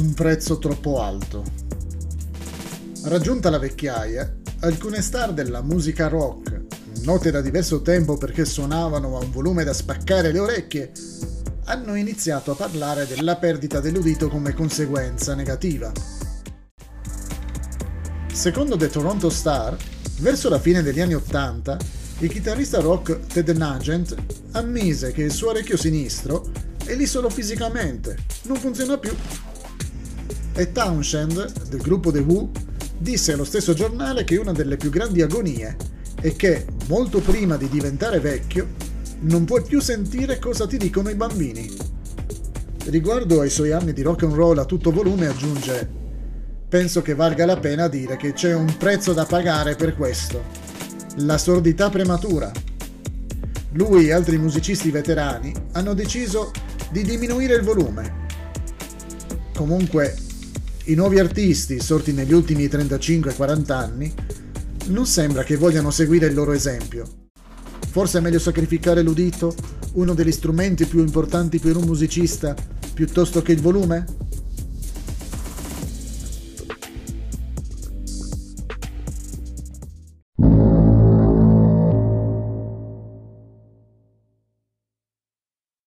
un prezzo troppo alto. Raggiunta la vecchiaia, alcune star della musica rock, note da diverso tempo perché suonavano a un volume da spaccare le orecchie, hanno iniziato a parlare della perdita dell'udito come conseguenza negativa. Secondo The Toronto Star, verso la fine degli anni '80, il chitarrista rock Ted Nugent ammise che il suo orecchio sinistro è lì solo fisicamente, non funziona più. E Townshend, del gruppo The Who, disse allo stesso giornale che una delle più grandi agonie è che, molto prima di diventare vecchio, non puoi più sentire cosa ti dicono i bambini. Riguardo ai suoi anni di rock and roll a tutto volume aggiunge: penso che valga la pena dire che c'è un prezzo da pagare per questo. La sordità prematura. Lui e altri musicisti veterani hanno deciso di diminuire il volume. Comunque, i nuovi artisti sorti negli ultimi 35-40 anni non sembra che vogliano seguire il loro esempio. Forse è meglio sacrificare l'udito, uno degli strumenti più importanti per un musicista, piuttosto che il volume?